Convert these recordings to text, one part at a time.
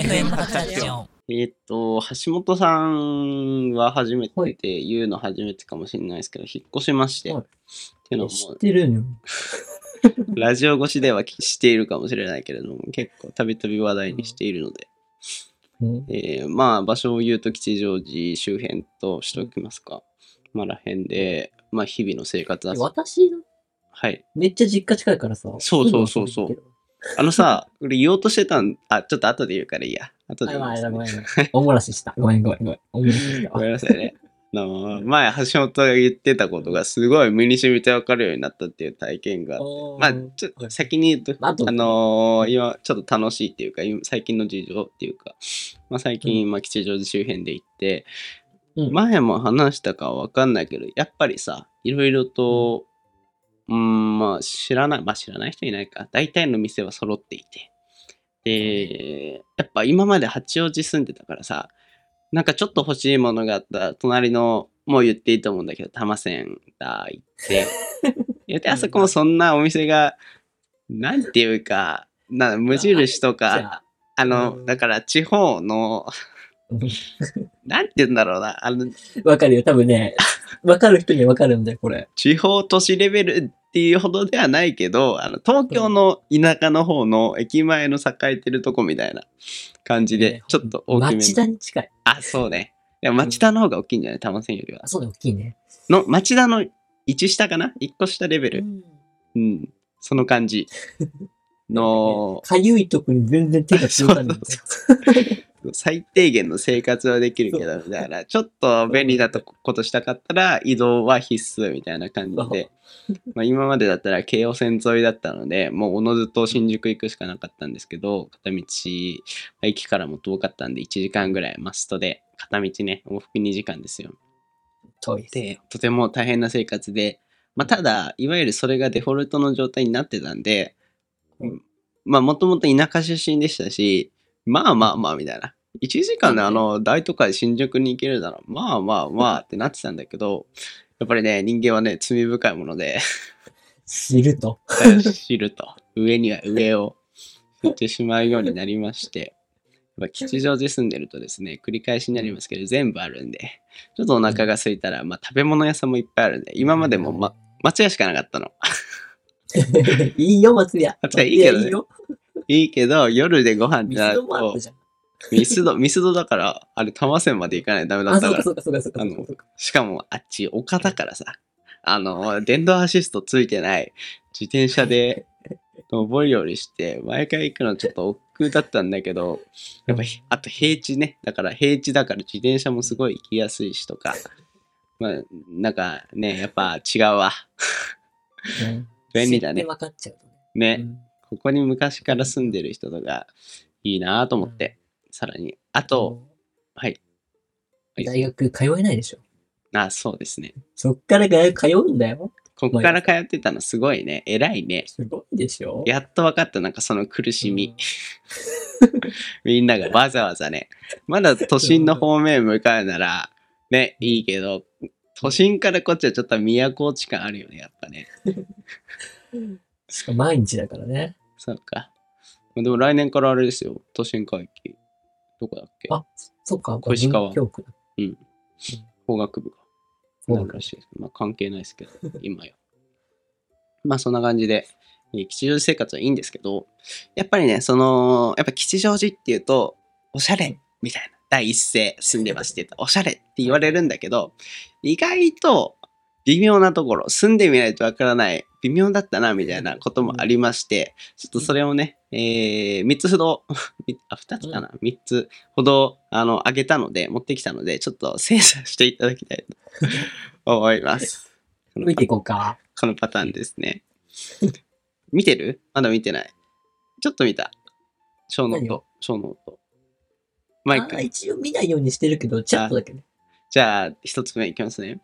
FM 博多ラジオ。 橋本さんは初めて言うの初めてかもしれないですけど、引っ越しまして。っていうのも知ってるのラジオ越しではしているかもしれないけれども、結構たびたび話題にしているので。まあ、場所を言うと吉祥寺周辺としておきますか。まあ、らへんで、まあ、日々の生活は。 私、 はい。 めっちゃ実家近いからさ。 そう。さ、俺言おうとしてたん、ちょっと後で言うからいいや。後で言います、ね。 ごめん。おもらしした。ごめん。おもらしした。 ごめんなさいね。前、橋本が言ってたことがすごい身に染みて分かるようになったっていう体験が。まあ、ちょっと先に言うと、今ちょっと楽しいっていうか、最近の事情っていうか、まあ最近、吉祥寺周辺で行って、前も話したかは分かんないけど、やっぱりさ、いろいろと、まあ知らない人いないか。大体の店は揃っていて。で、やっぱ今まで八王子住んでたからさ、なんかちょっと欲しいものがあったら、隣の、もう言っていいと思うんだけど、多摩線だ行って、あそこもそんなお店が、なんていうか、無印とか、だから地方の、なんて言うんだろうな。 わかるよ、多分ね。わかる人にはわかるんだよ、これ。 地方都市レベルっていうほどではないけど、東京の田舎の方の駅前の栄えてるとこみたいな感じで、ちょっと大きめの。 町田に近い。 あ、そうね。でも町田の方が大きいんじゃない？多摩線よりは。 そうね、大きいね。 町田の1下かな？ 1 個下レベル。その感じの。 かゆいとこに全然手がつかない。 最低限の生活はできるけど、みたいな。ちょっと便利なことしたかったら移動は必須みたいな感じで。今までだったら京王線沿いだったので、もうおのずと新宿行くしかなかったんですけど、片道、駅からも遠かったんで1時間ぐらいマストで、片道ね、往復2時間ですよ。 遠いで、とても大変な生活で、ただ、いわゆるそれがデフォルトの状態になってたんで、もともと田舎出身でしたし、まあみたいな。1時間で大都会新宿に行けるなら、まあってなってたんだけど、やっぱりね、人間はね、罪深いもので知ると。 上には上を言ってしまうようになりまして、やっぱ吉祥寺住んでるとですね、繰り返しになりますけど、全部あるんで、ちょっとお腹が空いたら、食べ物屋さんもいっぱいあるんで、今までも松屋しかなかったの。 いいよ、松屋。 いいけどね。いいけど、夜でご飯ってなると、ミスドだから、あれ、多摩線まで行かないとダメだったから。 そうか。 しかも、あっち、丘だからさ、電動アシストついてない自転車で、上り下りして、毎回行くのちょっと億劫だったんだけど、やっぱ、あと平地ね。だから平地だから自転車もすごい行きやすいしとか、なんかね、やっぱ違うわ。便利だね。 分かっちゃうね。ここに昔から住んでる人とかいいなと思って、さらに。あと、はい。 大学通えないでしょ。 そうですね。 そっから大学通うんだよ。 こっから通ってたのすごいね。偉いね。 すごいでしょ。 やっと分かった、なんかその苦しみ。みんながわざわざね。まだ都心の方面向かうなら、ね、いいけど、都心からこっちはちょっと都落ち感あるよね、やっぱね。 しかも毎日だからね。 そうか。でも来年からあれですよ。都心回帰。どこだっけ？ そっか。 小石川。 法学部が。なるらしいですけど、関係ないですけど、今よ。そんな感じで、吉祥寺生活はいいんですけど、やっぱりね、やっぱ吉祥寺っていうと、おしゃれみたいな。第一声住んでますって言ったら、おしゃれって言われるんだけど、意外と微妙なところ、住んでみないとわからない、微妙だったな、みたいなこともありまして、ちょっとそれをね、3つほど、2つかな ?3 つほど、あげたので、持ってきたので、ちょっと精査していただきたいと思います。 見ていこうか。 このパターンですね。見てる？まだ見てない。ちょっと見た。小ノート。毎回。 一応見ないようにしてるけど、ちょっとだけね。 じゃあ、一つ目いきますね。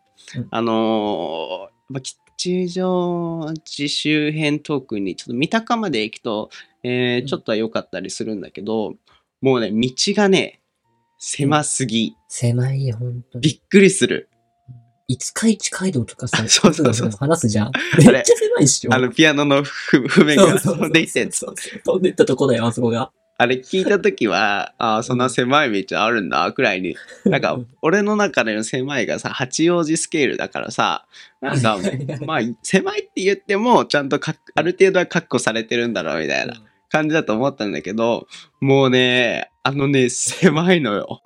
吉祥寺周辺特に、ちょっと三鷹まで行くと、ちょっとは良かったりするんだけど、もうね、道がね、狭すぎ。 狭いよ、ほんとに。 びっくりする。 五日市街道とかさ、 そう話すじゃん。めっちゃ狭いっしょ。 ピアノの譜面が飛んでいって。 飛んでいったとこだよ、あそこが。 あれ聞いた時は、ああ、そんな狭い道あるんだ、くらいに。なんか、俺の中での狭いがさ、八王子スケールだからさ、なんか、まあ、狭いって言っても、ちゃんとある程度は確保されてるんだろう、みたいな感じだと思ったんだけど、もうね、狭いのよ。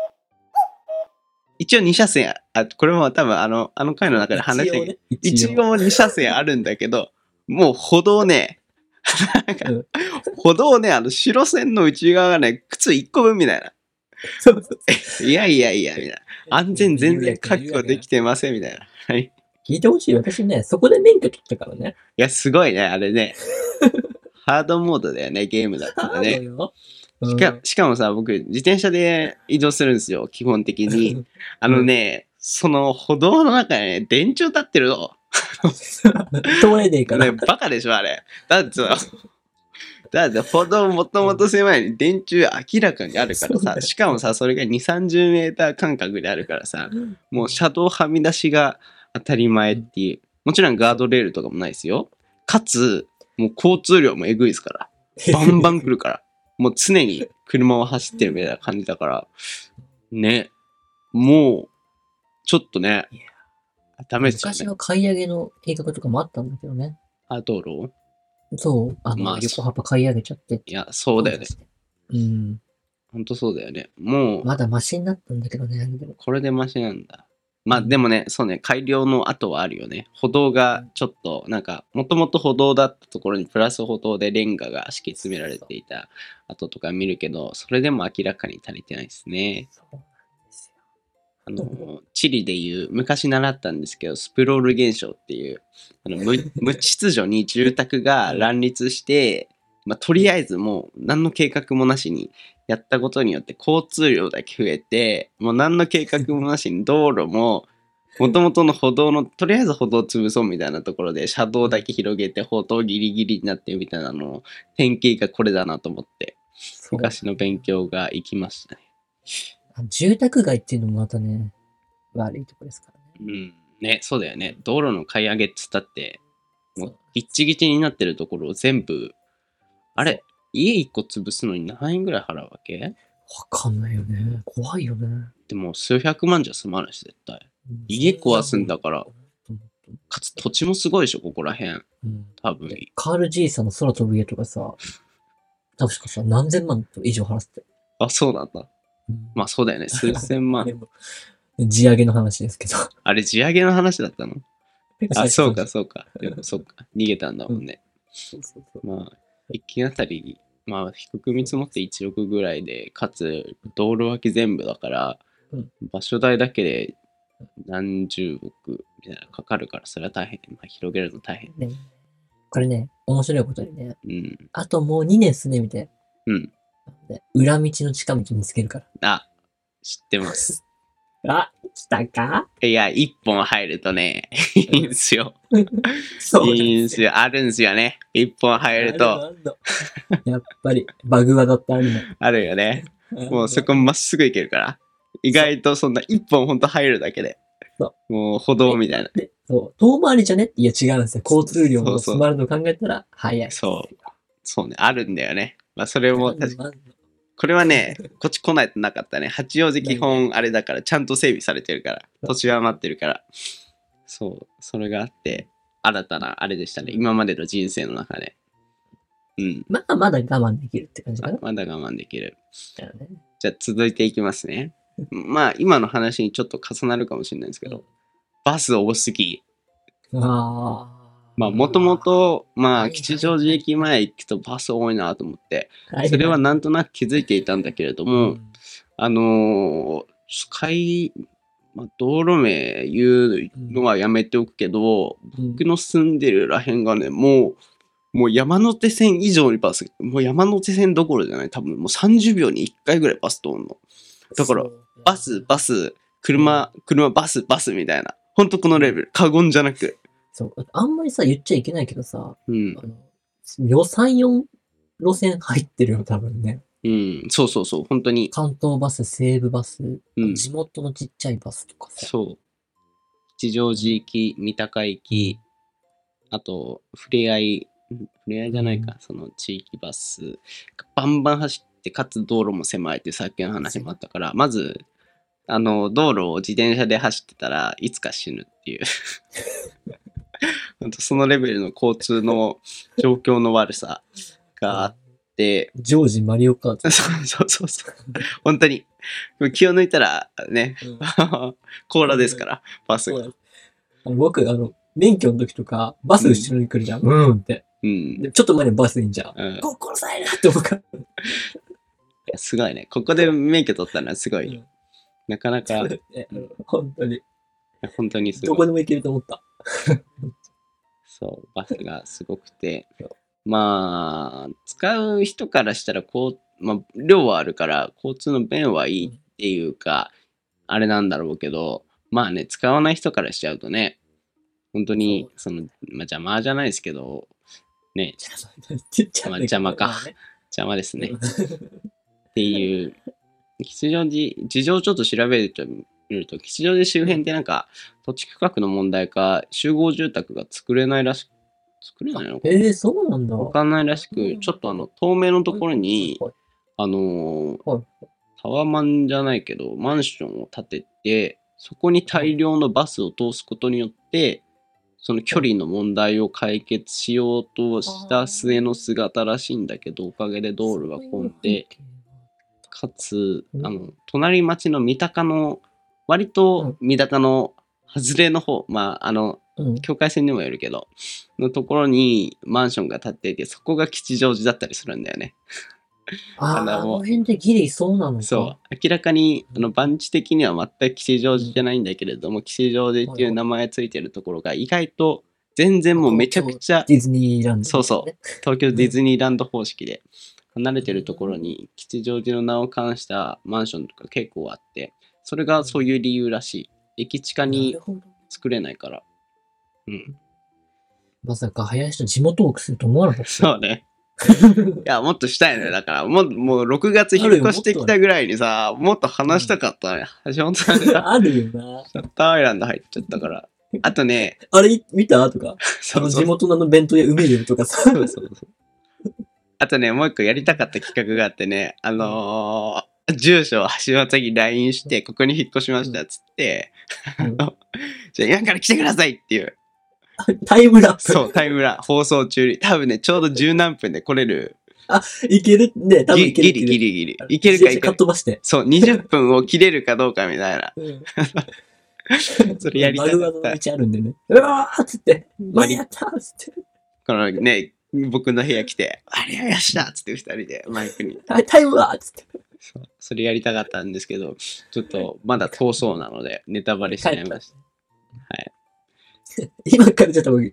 一応2車線、これも多分あの回の中で話したけど、一応2車線あるんだけど、もう歩道ね、なんか、歩道ね、白線の内側がね、靴1個分みたいな。 そうそういやいやいや、みたいな。安全全然確保できてません、みたいな。はい。 聞いてほしい。私ね、そこで免許取ったからね。 いや、すごいね、あれね。ハードモードだよね、ゲームだったらね。しかもさ、僕、自転車で移動するんですよ、基本的に。その歩道の中にね、電柱立ってるの。 通れねえから。 ね、バカでしょ、あれ。だって歩道もともと狭いのに電柱明らかにあるからさ、しかもさ、それが2、30メーター間隔であるからさ、もう車道はみ出しが当たり前っていう。もちろんガードレールとかもないですよ。かつ、もう交通量もえぐいですから。バンバン来るから。もう常に車は走ってるみたいな感じだから。ね。もう、ちょっとね、ダメですよね。 昔は買い上げの計画とかもあったんだけどね。 道路そう、横幅買い上げちゃっていや、そうだよね。 うん。 ほんとそうだよね。もう。 まだマシになったんだけどね。 これでマシなんだ。まあでもね、そうね、改良の後はあるよね。歩道がちょっと、なんか、もともと歩道だったところにプラス歩道でレンガが敷き詰められていた跡とか見るけど、それでも明らかに足りてないですね。そうなんですよ。地理でいう、昔習ったんですけど、スプロール現象っていう、無秩序に住宅が乱立して、まあ、とりあえずもう何の計画もなしにやったことによって交通量だけ増えて、もう何の計画もなしに道路ももともとの歩道のとりあえず歩道潰そうみたいなところで車道だけ広げて歩道ギリギリになってみたいなの典型がこれだなと思って昔の勉強が生きましたね。 住宅街っていうのもまたね悪いとこですからね。うんね、そうだよね。道路の買い上げっつったってもうギッチギチになってるところを全部あれ家1個潰すのに何円ぐらい払うわけ？ わかんないよね。怖いよね。 でも数百万じゃ済まないし絶対。家壊すんだから。かつ土地もすごいでしょ、ここら辺。多分。 カール爺さんの空飛ぶ家とかさ、確かさ、何千万以上払って。 あ、そうなんだ。まあそうだよね、数千万。 地上げの話ですけど。 あれ、地上げの話だったの？あ、そうか、そうか。でもそうか。逃げたんだもんね。まあ、一軒あたり、まあ、低く見積もって1億ぐらいで、かつ、道路脇全部だから、場所代だけで何十億みたいなかかるから、それは大変。まあ、広げるの大変。 ね、これね、面白いことにね、 うん。 あともう2年住んでみて。 うん。 裏道の近道見つけるから。 あ、知ってます。 あ、来たか？ いや、一本入るとね、いいんすよ。 そういいんすよ。あるんすよね。一本入ると。 やっぱり、バグ技ってあるの。 あるよね。もうそこまっすぐ行けるから。意外とそんな一本ほんと入るだけで。もう歩道みたいな。 そう。遠回りじゃね？いや違うんですよ。交通量も詰まるのを考えたら早い。 そう。そうね。あるんだよね。まあそれも確かに。これはね、こっち来ないとなかったね。八王子基本あれだから、ちゃんと整備されてるから。土地は待ってるから。そう。それがあって、新たなあれでしたね。今までの人生の中で。うん。 まだまだ我慢できるって感じかな。 まだ我慢できる。じゃあ続いていきますね。まあ今の話にちょっと重なるかもしれないんですけど、バス多すぎ。まあもともと、まあ吉祥寺駅前行くとバス多いなと思って、それはなんとなく気づいていたんだけれども、まあ、道路名言うのはやめておくけど、僕の住んでるらへんがね、もう山手線以上にバス、もう山手線どころじゃない、多分もう30秒に1回ぐらいバス通るの。だから、バス、車、バスみたいな。ほんとこのレベル。過言じゃなく。 そう。あんまりさ、言っちゃいけないけどさ、予算4路線入ってるよ、多分ね。 うん、そうそうそう、本当に。 関東バス、西武バス、地元のちっちゃいバスとかさ。 そう。吉祥寺行き、三鷹行き、あと、ふれあいふれあいじゃないか、その地域バスがバンバン走って、かつ道路も狭いってさっきの話もあったから、まず、道路を自転車で走ってたらいつか死ぬっていう本当そのレベルの交通の状況の悪さがあって、 ジョージ・マリオカート。 そう本当に気を抜いたらね、甲羅ですからバスが。 僕免許の時とかバス後ろに来るじゃん、って、でちょっと前にバスいんじゃん、殺されるって思うからすごいね、ここで免許取ったのはすごい、なかなか本当にすごい、 どこでも行けると思ったそうバスがすごくてまあ使う人からしたら量はあるから交通の便はいいっていうか、あれなんだろうけど、まあね、使わない人からしちゃうとね、本当に邪魔じゃないですけどね、邪魔邪魔ですねっていう吉祥寺事情をちょっと調べてみると、吉祥寺周辺ってなんか土地区画の問題か集合住宅が作れないらしく、作れないのかな、 そうなんだ、 わかんないらしく、ちょっと透明のところにタワマンじゃないけどマンションを建てて、そこに大量のバスを通すことによってその距離の問題を解決しようとした末の姿らしいんだけど、おかげで道路が混んで、かつ隣町の三鷹の割と三鷹の外れの方、境界線にもよるけどのところにマンションが建っていて、そこが吉祥寺だったりするんだよね。 あの辺でギリそうなのか。 そう、明らかに番地的には全く吉祥寺じゃないんだけれども、吉祥寺っていう名前ついてるところが意外と全然もうめちゃくちゃディズニーランド、 そう東京ディズニーランド方式で離れてるところに吉祥寺の名を冠したマンションとか結構あって、それがそういう理由らしい。駅近に作れないから。 まさか林の地元をすると思わなかった。 そうね。いや、もっとしたいのよ。だから、もう6月引っ越してきたぐらいにさ、もっと話したかったね。橋本さんが。 あるよな。 シャッターアイランド入っちゃったから。あとね。 あれ見たとか。地元の弁当屋梅るとかさ。 そう。あとね、もう一個やりたかった企画があってね、住所を橋本に LINE して、ここに引っ越しましたっつって、じゃあ今から来てくださいっていう。 タイムラプ。 そう、タイムラ放送中に。多分ね、ちょうど十何分で来れる。 いけるね、多分いける。 ギリ。いけるかいけかっ飛ばして。 そう、20分を切れるかどうかみたいな。それやりたかった。 マグワの道あるんでね。うわーっつって、間に合ったっつって。 このね、僕の部屋来て、ありがとうしたっつって2人でマイクに。 タイムはっつって。 それやりたかったんですけど、ちょっとまだ遠そうなので、ネタバレしちゃいました。はい。 今からじゃ多分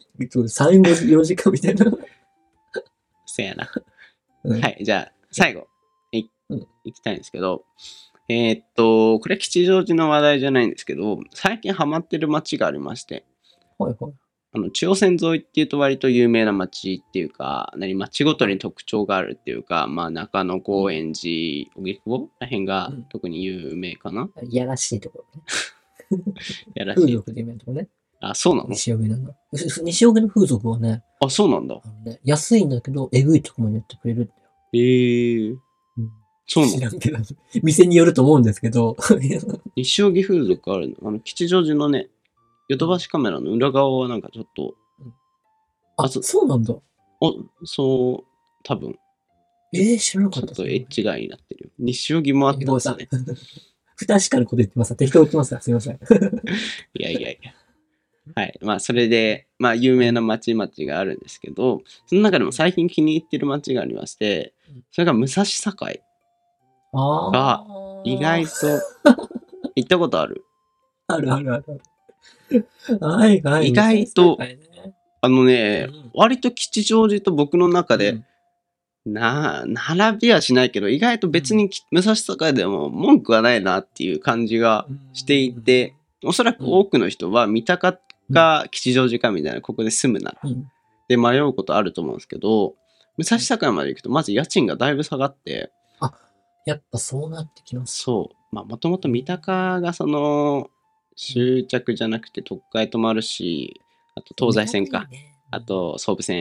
3、4時間みたいな。 せやな。はい、じゃあ、最後、いきたいんですけど、これ吉祥寺の話題じゃないんですけど、最近ハマってる街がありまして、中央線沿いっていうと割と有名な街っていうか、街ごとに特徴があるっていうか、中野、高円寺、荻窪ら辺が特に有名かな。 いやらしいところね。 やらしい。 風俗で有名なとこね。 あ、そうなの？ 西荻なんだ。西荻の風俗はね。 あ、そうなんだ。 安いんだけど、えぐいとこまでやってくれるんだよ。 そうなの？ 知らんけど、店によると思うんですけど。 西荻風俗あるの？吉祥寺のね、ヨドバシカメラの裏側はなんかちょっと。 そうなんだ。 そう、多分。 知らなかった。 ちょっとエッジがになってるよ。西荻もあったんですね。 不確かなこと言ってます。適当言ってます。すいません。 いや。はい。それで、有名な街々があるんですけど、その中でも最近気に入ってる街がありまして、それが武蔵境が意外と行ったことある？ ある。はいはい。 意外と、割と吉祥寺と僕の中で、並びはしないけど、意外と別に武蔵境でも文句はないなっていう感じがしていて、おそらく多くの人は三鷹か吉祥寺かみたいな、ここで住むなら、で迷うことあると思うんですけど、武蔵境まで行くとまず家賃がだいぶ下がって、 やっぱそうなってきます。 そう。もともと三鷹が終着じゃなくて特快止まるし、あと東西線か、あと総武線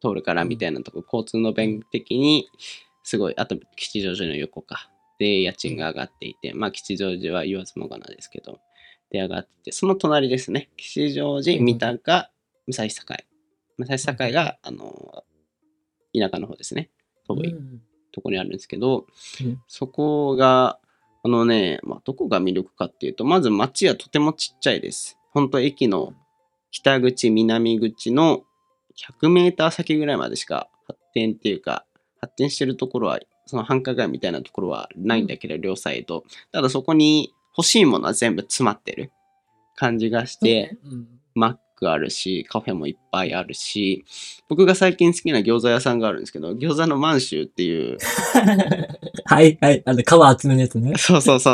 通るからみたいなとこ、交通の便的に、すごい、あと吉祥寺の横か。で、家賃が上がっていて、まあ吉祥寺は言わずもがなですけど、で上がってて、その隣ですね。吉祥寺、三鷹、武蔵境。武蔵境が、田舎の方ですね。遠いとこにあるんですけど、そこが、まあ、どこが魅力かっていうと、まず街はとてもちっちゃいです。本当駅の北口、南口の100メーター先ぐらいまでしか発展っていうか、発展してるところは、その繁華街みたいなところはないんだけど、両サイド。ただそこに欲しいものは全部詰まってる感じがして、マックあるし、カフェもいっぱいあるし、僕が最近好きな餃子屋さんがあるんですけど、餃子の満州っていう。 はいはい。皮厚めのやつね。 そう。胡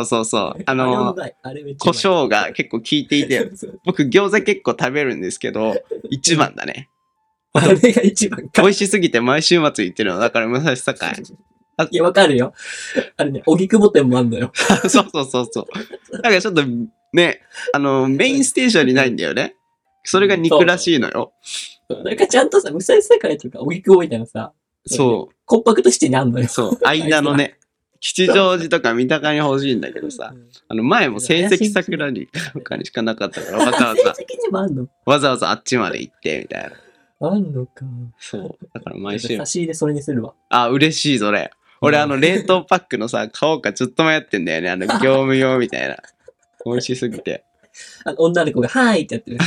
椒が結構効いていて、僕餃子結構食べるんですけど、一番だね。 あれが一番か。 美味しすぎて毎週末行ってるの。だから武蔵境。 いや、わかるよ。あれね、荻窪店もあんのよ。 そう。だからちょっとね、メインステーションにないんだよね。それが肉らしいのよ。 なんかちゃんとさ、武蔵境とか荻窪みたいなさ、 そう。 コンパクトシティにあんのよ。 そう。間のね、吉祥寺とか三鷹に欲しいんだけどさ、前も成績桜にしかなかったから、わざわざあっちまで行って、みたいな。 あんのか。 そう。だから毎週。 差し入れそれにするわ。 あ、嬉しい、それ。俺、冷凍パックのさ、買おうかずっと迷ってんだよね。業務用みたいな。美味しすぎて。 女の子が、はーいってやってる。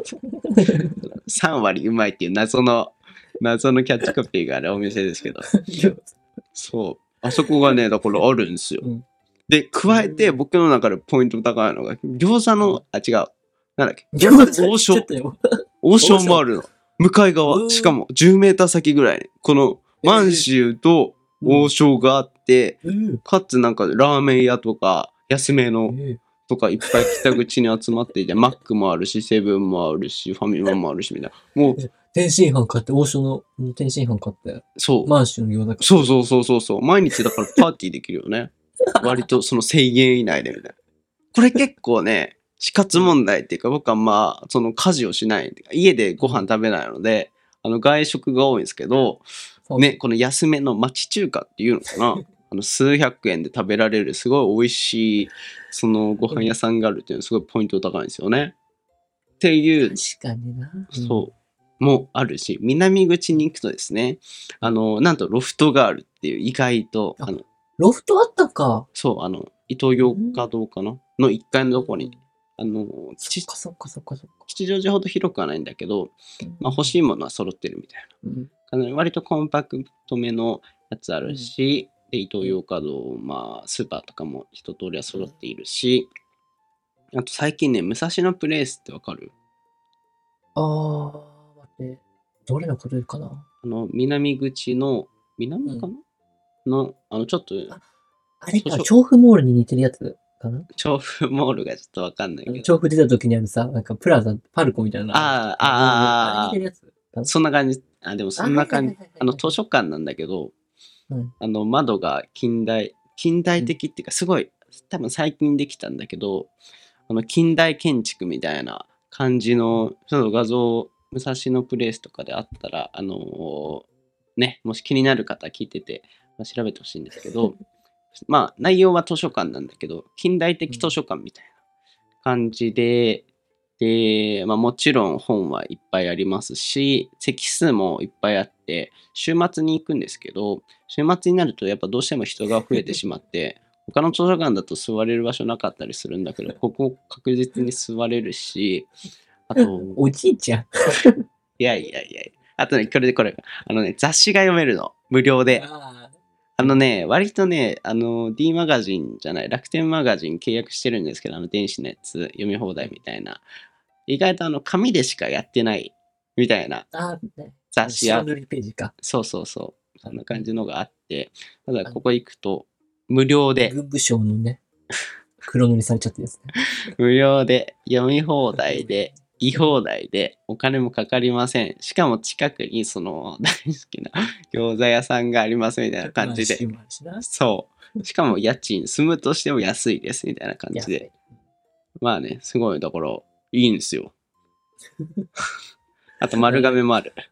3割うまいっていう謎のキャッチコピーがあるお店ですけど。そう。あそこがね、だからあるんですよ。で、加えて僕の中でポイント高いのが、餃子の、違う。なんだっけ。王将もあるの。向かい側。しかも10メーター先ぐらいに。この満州と王将があって、かつなんかラーメン屋とか、安めのとかいっぱい北口に集まっていて、マックもあるし、セブンもあるし、ファミマもあるし、みたいな。もう、 天津飯買って、王将の天津飯買って。 そう。 満州の餃子買って。 そう。毎日だからパーティーできるよね。割とその制限以内でみたいな。これ結構ね、死活問題っていうか、僕はまあ、その家事をしない。家でご飯食べないので、外食が多いんですけど、ね、この安めの町中華っていうのかな。数百円で食べられるすごい美味しいそのご飯屋さんがあるっていうのはすごいポイント高いんですよね。っていう、 確かにな。 そうもあるし、南口に行くとですね、なんとロフトがあるっていう意外とロフトあったか。 そうイトーヨーカドーかなの1階のとこに吉祥寺ほど広くはないんだけど、まあ欲しいものは揃ってるみたいな。割とコンパクトめのやつあるし。でイトーヨーカドー、まあ、スーパーとかも一通りは揃っているし、あと最近ね、武蔵野プレイスってわかる？ 待って。どれのことかな？ 南口の、南かな、ちょっと。 あれか、調布モールに似てるやつかな？ 調布モールがちょっとわかんないけど。 調布出た時にあるさ、なんかプラザ、パルコみたいな。 あれ似てるやつ？そんな感じ。でもそんな感じ。図書館なんだけど、窓が近代的っていうかすごい多分最近できたんだけど近代建築みたいな感じのちょっと画像武蔵野プレイスとかであったらねもし気になる方聞いてて、調べてほしいんですけどまあ内容は図書館なんだけど近代的図書館みたいな感じでまあ、もちろん本はいっぱいありますし席数もいっぱいあって週末に行くんですけど週末になるとやっぱどうしても人が増えてしまって他の図書館だと座れる場所なかったりするんだけどここ確実に座れるしあとおじいちゃんいやあとねこれ雑誌が読めるの無料で割とねD マガジンじゃない楽天マガジン契約してるんですけど電子のやつ読み放題みたいな意外と紙でしかやってないみたいな雑誌やそうそんな感じのがあってただここ行くと無料で文部省のね黒塗りされちゃってですね無料で読み放題で居放題でお金もかかりません。しかも近くにその大好きな餃子屋さんがありますみたいな感じでそうしかも家賃住むとしても安いですみたいな感じでまあねすごいだからいいんですよあと丸亀もある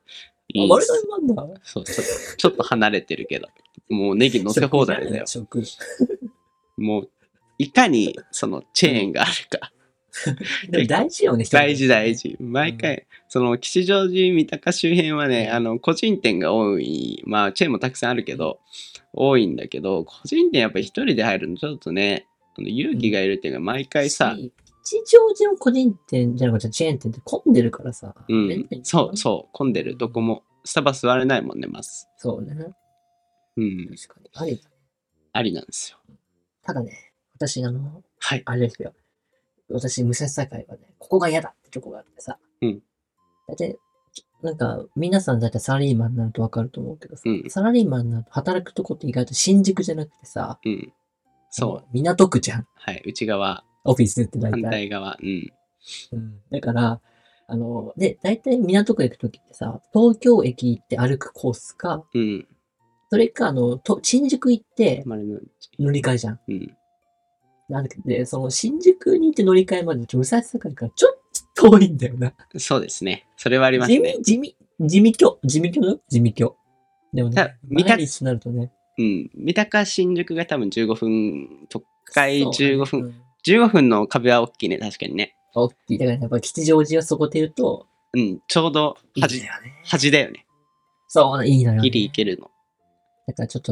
いい丸亀もあんだ。 そう、ちょっと離れてるけど。もうネギ乗せ放題だよ。 食。 もう、いかにそのチェーンがあるか。 でも大事よね、 大事。毎回、その吉祥寺三鷹周辺はね、個人店が多い。まあ、チェーンもたくさんあるけど、多いんだけど、個人店やっぱり一人で入るのちょっとね、勇気がいるっていうか、毎回さ、 吉祥寺の個人店じゃなくてチェーン店って混んでるからさ。 うん。そう、混んでる。どこも。スタバ座れないもんね、まず。 そうね。 うん。 確かに。ありだね。 ありなんですよ。 ただね、私、 はい。 あれですよ。私、武蔵境はね、ここが嫌だってとこがあってさ。 うん。 だって、なんか、皆さんだってサラリーマンになるとわかると思うけどさ、 うん、 サラリーマンになると働くとこって意外と新宿じゃなくてさ、 うん。そう。 港区じゃん。 はい、内側。 オフィスって大体。 反対側。うん。 うん。だから、で、大体港区行くときってさ、東京駅行って歩くコースか、 うん。 それか、新宿行って乗り換えじゃん。 うん。 なんで、その新宿に行って乗り換えまで武蔵境からちょっと遠いんだよな。 そうですね。それはありますね。 地味居だよ。地味居。でもね、毎日になるとね。 うん。三鷹新宿が多分15分、特会15分、ね、15分の壁は大きいね、確かにね。 大きい。だからやっぱ吉祥寺はそこで言うと、 うん、ちょうど端だよね。 そう、いいのよ、ね。 ギリ行けるの。 だからちょっと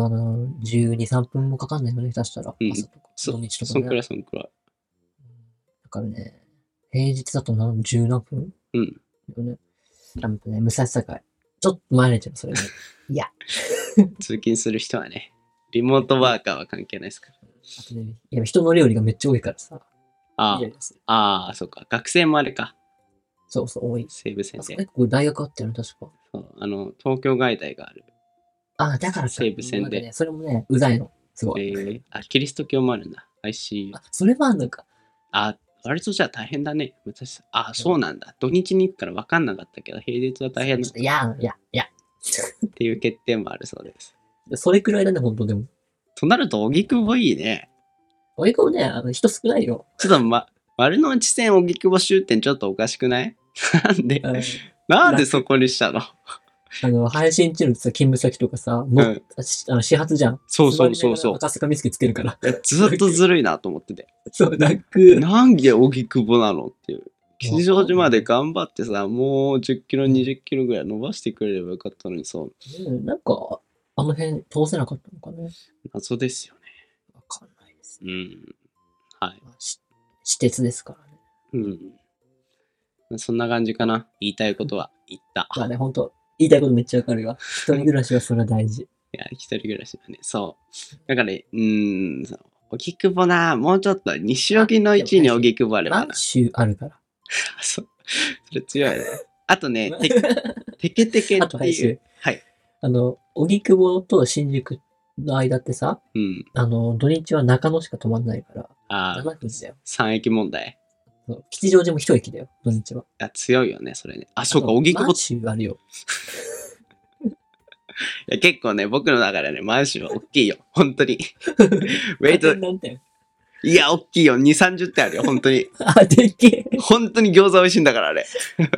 12、3分もかかんないよね、出したら。 うん、 朝とか、土日とかね。そんくらい。 だからね、平日だと10何分うん。 ね。多分ね、武蔵境。ちょっと前れちゃう、それね。いや。 通勤する人はね、リモートワーカーは関係ないですから。 あとね、人の料理がめっちゃ多いからさ。 ああ、そうか。学生もあれか。 そう、多い。 西武線で。 これ大学あったよね、確か。 そう、東京外大がある。 あ、だから西武線で。 ね、それもね、うざいの。すごい。 キリスト教もあるんだ。ICU。 あ、それもあるのか。 割とじゃあ大変だね。そうなんだ。土日に行くから分かんなかったけど、平日は大変だ。 いや。 っていう欠点もあるそうです。 それくらいだね、本当でも。 となると、荻窪いいね。 荻窪ね、人少ないよ。 ちょっと丸の内線荻窪終点ちょっとおかしくない？なんでそこにしたの？ 配信中のさ、勤務先とかさ、始発じゃん。 そう。 赤坂見つけつけるから。 ずっとずるいなと思ってて。 そう、 なんで荻窪なのっていう。吉祥寺まで頑張ってさ、もう10キロ、20キロぐらい伸ばしてくれればよかったのにさ。 なんか、あの辺通せなかったのかね。 謎ですよね。 わかんないです。 はい。 私鉄ですからね。 そんな感じかな。言いたいことは言った。 まあね、ほんと、言いたいことめっちゃわかるわ。一人暮らしはそれは大事。 いや、一人暮らしはね、そう。だから、荻窪な、もうちょっと、西荻の位置に荻窪あればな。 満州あるから。 それ強いね。あとね、テケテケっていう。はい。 荻窪と新宿の間ってさ、土日は中野しか止まんないから、7分だよ。 3駅問題。 吉祥寺も1駅だよ、土日は。 強いよね、それね。そうか、荻窪。 満州あるよ。 いや結構ね、僕の中でね、満州は大きいよ。本当に。ウェイト。いや、大きいよ。2、30点あるよ、本当に。 でっけえ。 本当に餃子美味しいんだから、あれ。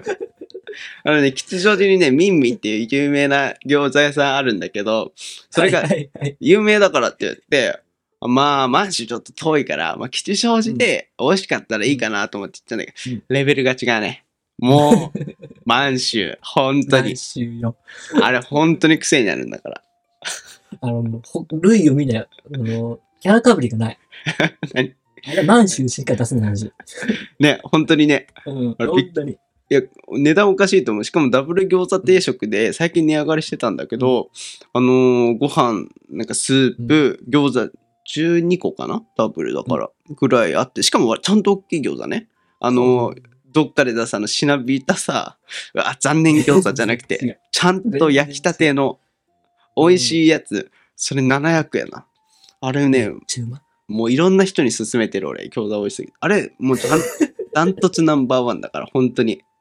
吉祥寺にね、ミンミっていう有名な餃子屋さんあるんだけど、それが有名だからって言って、満州ちょっと遠いから、吉祥寺で美味しかったらいいかなと思って言ったんだけど、レベルが違うね。もう、満州、本当に。 満州よ。 あれ、本当に癖になるんだから。 類を見ない、キャラかぶりがない。あれ、満州しか出せない味。 ね、本当にね。 本当に。 いや、値段おかしいと思う。しかもダブル餃子定食で最近値上がりしてたんだけど、ご飯、なんかスープ、餃子12個かなダブルだから。ぐらいあって、しかもちゃんと大きい餃子ね。どっかで出さしなびいたさ、残念餃子じゃなくて、ちゃんと焼きたての美味しいやつ、それ700円な。あれね、もういろんな人に勧めてる俺、餃子美味しすぎて。あれ、もうダントツナンバーワンだから、本当に。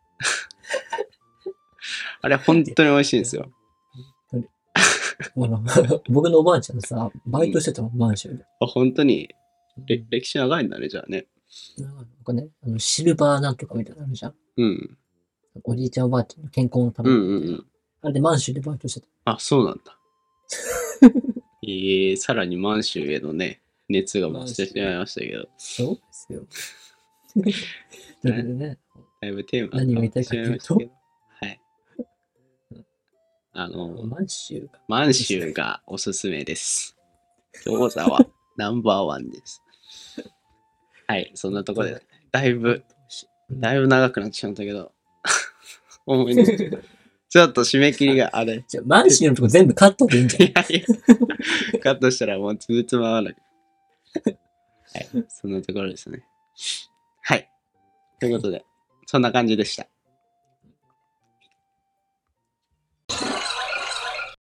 あれ、本当に美味しいんですよ。 僕のおばあちゃんさ、バイトしてたもん、満州で。 本当に歴史長いんだね、じゃあね。 なんかね、シルバーなんとかみたいなのあるじゃん。おじいちゃんおばあちゃんの健康のために。 あれで満州でバイトしてた。 あ、そうなんだ。さらに満州へのね、熱が増してしまいましたけど。 そうですよ。ということでね。 だいぶテーマ何が言いたいかというと、 はい。 満州がおすすめです。餃子はナンバーワンです。はい、そんなところで、だいぶ長くなってしまったけど、ちょっと締め切りがあれ。 満州のとこ全部カットでいいんじゃん。いやいや、カットしたらもうつぶつまわない。はい、そんなところですね。はい。ということで、そんな感じでした。